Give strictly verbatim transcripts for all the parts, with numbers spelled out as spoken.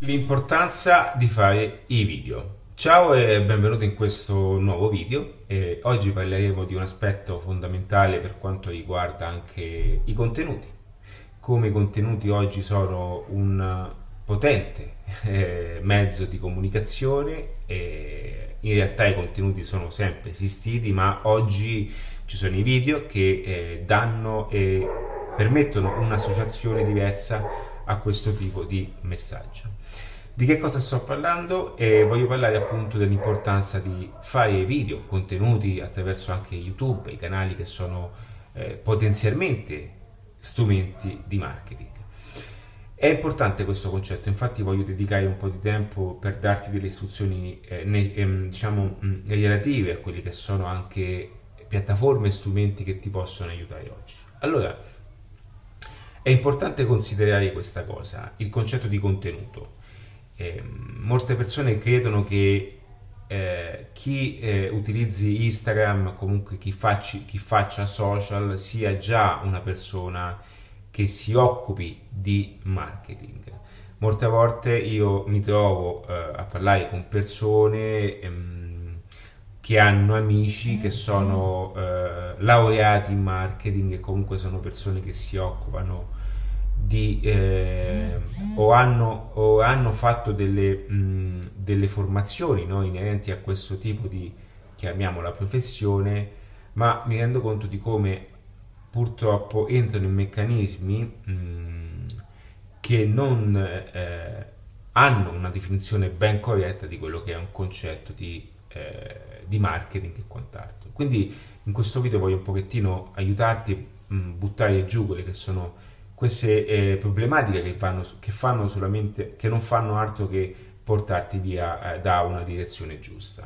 L'importanza di fare i video. Ciao e benvenuto in questo nuovo video. E oggi parleremo di un aspetto fondamentale per quanto riguarda anche i contenuti. Come i contenuti oggi sono un potente eh, mezzo di comunicazione, e in realtà i contenuti sono sempre esistiti, ma oggi ci sono i video che eh, danno e permettono un'associazione diversa a questo tipo di messaggio. Di che cosa sto parlando? Eh, voglio parlare appunto dell'importanza di fare video, contenuti attraverso anche YouTube, i canali che sono eh, potenzialmente strumenti di marketing. È importante questo concetto, infatti voglio dedicare un po' di tempo per darti delle istruzioni eh, ne, ehm, diciamo mh, relative a quelli che sono anche piattaforme e strumenti che ti possono aiutare oggi. Allora, è importante considerare questa cosa, il concetto di contenuto. Eh, molte persone credono che eh, chi eh, utilizzi Instagram, comunque chi, facci, chi faccia social, sia già una persona che si occupi di marketing. Molte volte io mi trovo eh, a parlare con persone ehm, che hanno amici che sono eh, laureati in marketing e comunque sono persone che si occupano di eh, o, hanno, o hanno fatto delle, mh, delle formazioni, no, inerenti a questo tipo di, chiamiamola, professione, ma mi rendo conto di come purtroppo entrano in meccanismi mh, che non eh, hanno una definizione ben corretta di quello che è un concetto di, eh, di marketing e quant'altro. Quindi in questo video voglio un pochettino aiutarti a buttare giù quelle che sono queste eh, problematiche che, vanno, che fanno solamente, che non fanno altro che portarti via eh, da una direzione giusta.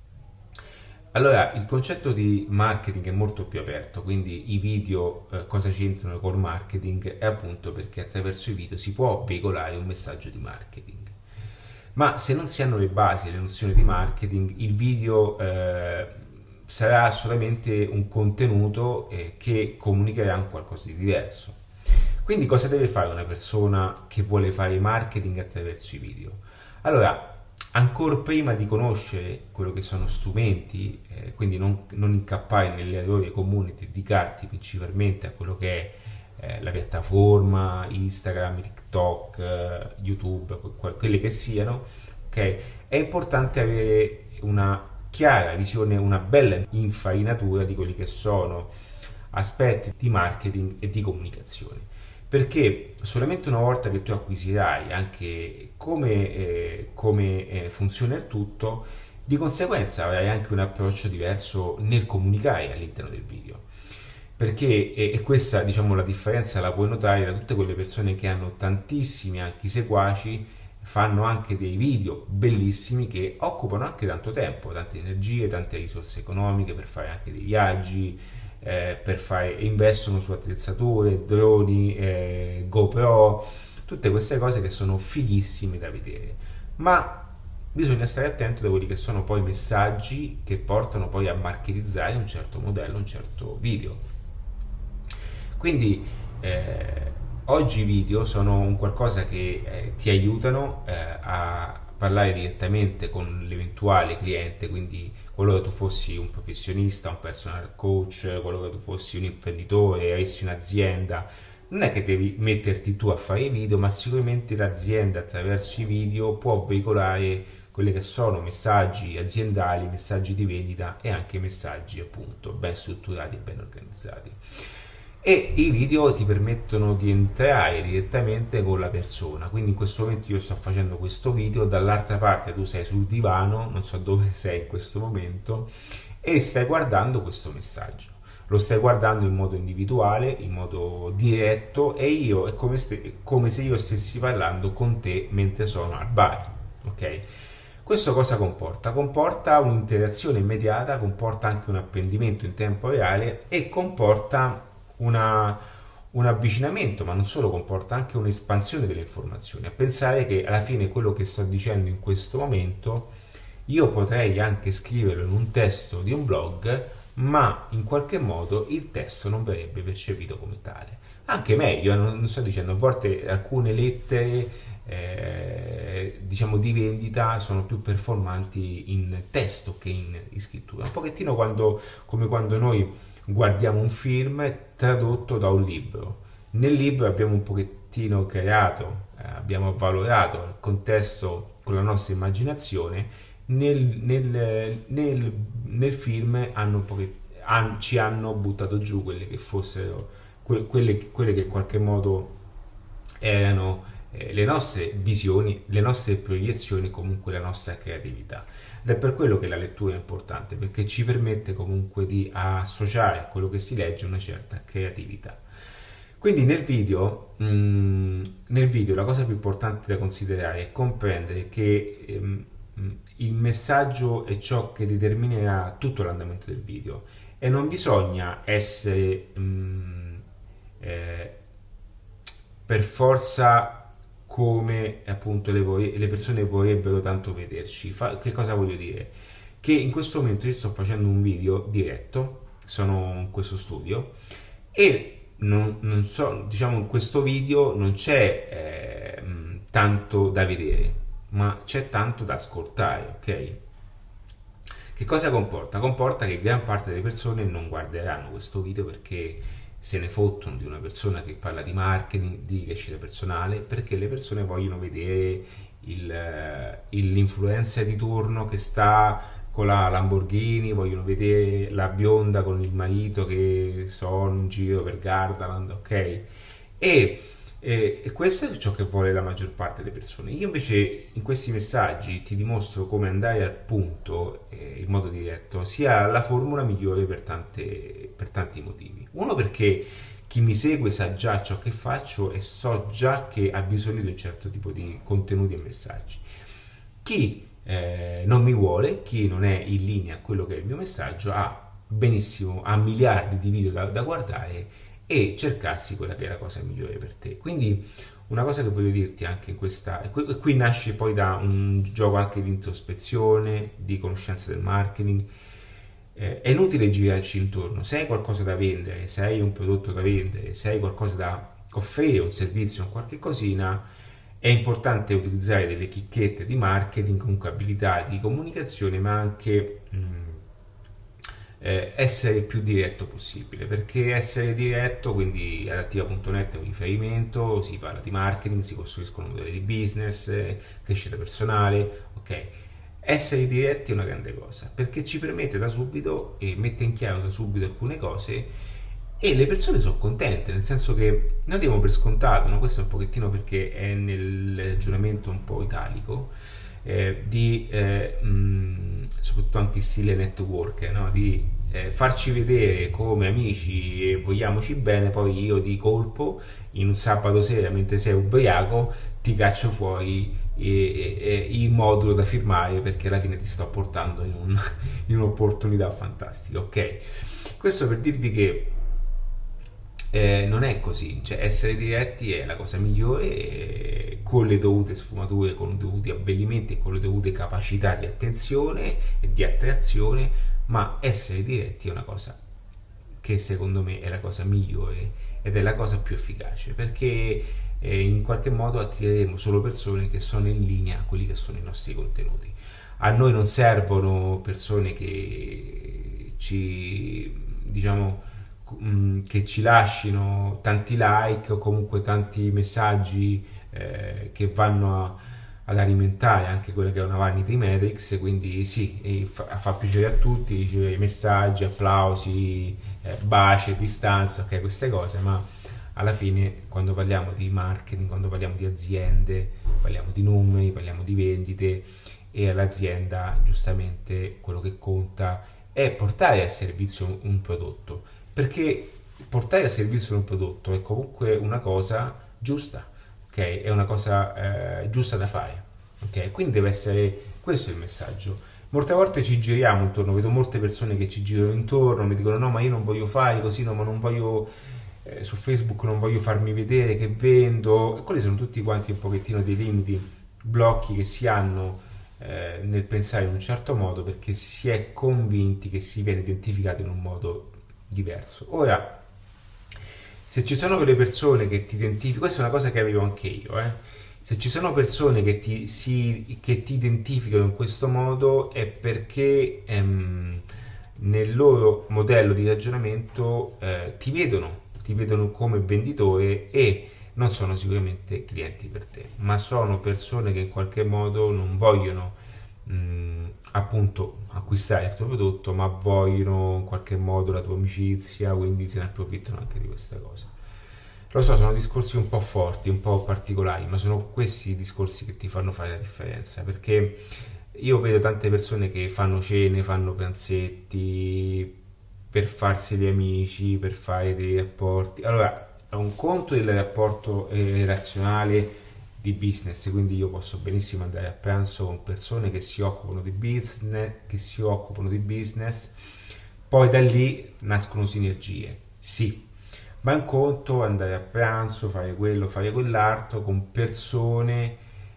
Allora, il concetto di marketing è molto più aperto, quindi i video eh, cosa c'entrano col marketing? È appunto perché attraverso i video si può veicolare un messaggio di marketing. Ma se non si hanno le basi, le nozioni di marketing, il video eh, sarà solamente un contenuto eh, che comunicherà un qualcosa di diverso. Quindi cosa deve fare una persona che vuole fare marketing attraverso i video? Allora, ancora prima di conoscere quello che sono strumenti, eh, quindi non, non incappare nell'errore comune di dedicarti principalmente a quello che è eh, la piattaforma, Instagram, TikTok, eh, YouTube, que- quelle che siano, ok? È importante avere una chiara visione, una bella infarinatura di quelli che sono aspetti di marketing e di comunicazione. Perché solamente una volta che tu acquisirai anche come, eh, come eh, funziona il tutto, di conseguenza avrai anche un approccio diverso nel comunicare all'interno del video. Perché, e, e questa, diciamo, la differenza la puoi notare da tutte quelle persone che hanno tantissimi anche seguaci, fanno anche dei video bellissimi che occupano anche tanto tempo, tante energie, tante risorse economiche per fare anche dei viaggi, Eh, per fare, investono su attrezzature, droni, eh, GoPro, tutte queste cose che sono fighissime da vedere, ma bisogna stare attento da quelli che sono poi i messaggi che portano poi a marketizzare un certo modello, un certo video. Quindi eh, oggi i video sono un qualcosa che eh, ti aiutano eh, a parlare direttamente con l'eventuale cliente, quindi qualora tu fossi un professionista, un personal coach, qualora tu fossi un imprenditore, avessi un'azienda, non è che devi metterti tu a fare i video, ma sicuramente l'azienda attraverso i video può veicolare quelli che sono messaggi aziendali, messaggi di vendita e anche messaggi appunto ben strutturati e ben organizzati. E i video ti permettono di entrare direttamente con la persona, quindi in questo momento io sto facendo questo video, dall'altra parte tu sei sul divano, non so dove sei in questo momento, e stai guardando questo messaggio, lo stai guardando in modo individuale, in modo diretto, e io è come, st- come se io stessi parlando con te mentre sono al bar, ok? Questo cosa comporta? Comporta un'interazione immediata, comporta anche un apprendimento in tempo reale e comporta una, un avvicinamento, ma non solo, comporta anche un'espansione delle informazioni. A pensare che alla fine quello che sto dicendo in questo momento io potrei anche scriverlo in un testo di un blog, ma in qualche modo il testo non verrebbe percepito come tale. Anche meglio, non sto dicendo, a volte alcune lettere eh, diciamo di vendita sono più performanti in testo che in, in scrittura. Un pochettino quando, come quando noi guardiamo un film tradotto da un libro. Nel libro abbiamo un pochettino creato, eh, abbiamo avvalorato il contesto con la nostra immaginazione. Nel, nel, nel, nel film hanno un pochettino, han- ci hanno buttato giù quelle che fossero que- quelle, quelle che in qualche modo erano eh, le nostre visioni, le nostre proiezioni, comunque la nostra creatività. Ed è per quello che la lettura è importante, perché ci permette comunque di associare a quello che si legge una certa creatività. Quindi nel video, mh, nel video la cosa più importante da considerare è comprendere che ehm, il messaggio è ciò che determinerà tutto l'andamento del video e non bisogna essere mh, eh, per forza come appunto le, vor- le persone vorrebbero tanto vederci. Fa- che cosa voglio dire? Che in questo momento io sto facendo un video diretto, sono in questo studio e non, non so, diciamo in questo video non c'è eh, mh, tanto da vedere, ma c'è tanto da ascoltare, ok? Che cosa comporta? Comporta che gran parte delle persone non guarderanno questo video perché se ne fottono di una persona che parla di marketing, di crescita personale, perché le persone vogliono vedere il, eh, il- l'influencer di turno che sta con la Lamborghini, vogliono vedere la bionda con il marito che sono in giro per Gardaland, ok? E, e- e questo è ciò che vuole la maggior parte delle persone. Io invece in questi messaggi ti dimostro come andare al punto eh, in modo diretto sia la formula migliore per, tante- per tanti motivi. Uno perché chi mi segue sa già ciò che faccio e so già che ha bisogno di un certo tipo di contenuti e messaggi. Chi eh, non mi vuole, chi non è in linea a quello che è il mio messaggio, ha benissimo, ha miliardi di video da, da guardare e cercarsi quella che è la cosa migliore per te. Quindi una cosa che voglio dirti anche in questa, e qui, e qui nasce poi da un gioco anche di introspezione, di conoscenza del marketing. Eh, è inutile girarci intorno, se hai qualcosa da vendere, se hai un prodotto da vendere, se hai qualcosa da offrire, un servizio, un qualche cosina, è importante utilizzare delle chicchette di marketing, comunque abilità di comunicazione, ma anche mh, eh, essere il più diretto possibile, perché essere diretto, quindi adattiva punto net è un riferimento, si parla di marketing, si costruiscono modelli di business, eh, crescita personale, ok? Essere diretti è una grande cosa, perché ci permette da subito e mette in chiaro da subito alcune cose e le persone sono contente, nel senso che noi diamo per scontato, no? Questo è un pochettino perché è nel ragionamento un po' italico, eh, di eh, mh, soprattutto anche in stile network, no? Di eh, farci vedere come amici e vogliamoci bene, poi io di colpo in un sabato sera mentre sei ubriaco ti caccio fuori e, e, e il modulo da firmare perché alla fine ti sto portando in, un, in un'opportunità fantastica, ok? Questo per dirvi che eh, non è così, cioè essere diretti è la cosa migliore eh, con le dovute sfumature, con i dovuti abbellimenti e con le dovute capacità di attenzione e di attrazione, ma essere diretti è una cosa che secondo me è la cosa migliore ed è la cosa più efficace, perché eh, in qualche modo attireremo solo persone che sono in linea con quelli che sono i nostri contenuti. A noi non servono persone che ci, diciamo, mh, che ci lasciano tanti like o comunque tanti messaggi eh, che vanno a, ad alimentare anche quella che è una vanity metrics, quindi sì, e fa, fa piacere a tutti, ricevere messaggi, applausi, eh, baci, distanza, ok, queste cose, ma alla fine quando parliamo di marketing, quando parliamo di aziende, parliamo di numeri, parliamo di vendite e all'azienda giustamente quello che conta è portare a servizio un prodotto, perché portare a servizio un prodotto è comunque una cosa giusta, ok? È una cosa eh, giusta da fare, ok? Quindi deve essere questo il messaggio. Molte volte ci giriamo intorno, vedo molte persone che ci girano intorno, mi dicono no ma io non voglio fare così, no ma non voglio eh, su Facebook non voglio farmi vedere che vendo, e quelli sono tutti quanti un pochettino dei limiti, blocchi che si hanno eh, nel pensare in un certo modo perché si è convinti che si viene identificato in un modo diverso. Ora, se ci sono quelle persone che ti identificano, questa è una cosa che avevo anche io, eh? Se ci sono persone che ti, si, che ti identificano in questo modo è perché ehm, nel loro modello di ragionamento eh, ti vedono, ti vedono come venditore e non sono sicuramente clienti per te, ma sono persone che in qualche modo non vogliono mh, appunto acquistare il tuo prodotto, ma vogliono in qualche modo la tua amicizia, quindi se ne approfittano anche di questa cosa. Lo so, sono discorsi un po' forti, un po' particolari, ma sono questi i discorsi che ti fanno fare la differenza, perché io vedo tante persone che fanno cene, fanno pranzetti per farsi gli amici, per fare dei rapporti. Allora, è un conto il rapporto eh, relazionale di business, quindi io posso benissimo andare a pranzo con persone che si occupano di business, che si occupano di business, poi da lì nascono sinergie, sì, ma è un conto andare a pranzo, fare quello, fare quell'altro con persone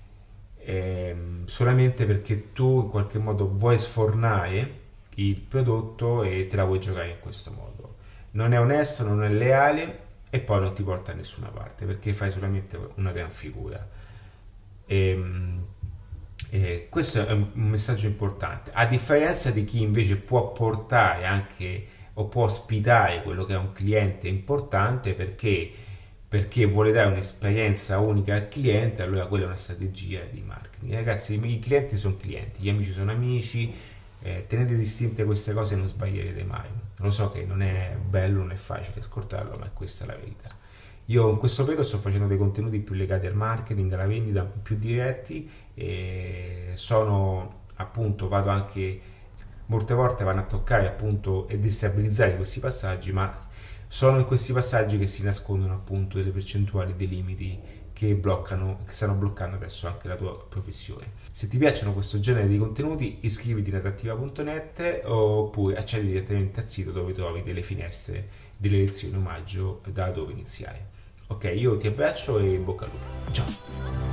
ehm, solamente perché tu in qualche modo vuoi sfornare il prodotto e te la vuoi giocare in questo modo. Non è onesto, non è leale e poi non ti porta da nessuna parte perché fai solamente una gran figura. E, e questo è un messaggio importante, a differenza di chi invece può portare anche o può ospitare quello che è un cliente importante perché, perché vuole dare un'esperienza unica al cliente, allora quella è una strategia di marketing. Ragazzi, i clienti sono clienti, gli amici sono amici, eh, tenete distinte queste cose e non sbaglierete mai. Lo so che non è bello, non è facile ascoltarlo, ma questa è la verità. Io in questo periodo sto facendo dei contenuti più legati al marketing, alla vendita, più diretti e sono appunto, vado anche molte volte vanno a toccare appunto e destabilizzare questi passaggi, ma sono in questi passaggi che si nascondono appunto delle percentuali, dei limiti che bloccano, che stanno bloccando adesso anche la tua professione. Se ti piacciono questo genere di contenuti, iscriviti in attrattiva punto net oppure accedi direttamente al sito dove trovi delle finestre delle lezioni omaggio da dove iniziare. Ok, io ti abbraccio e in bocca al lupo. Ciao!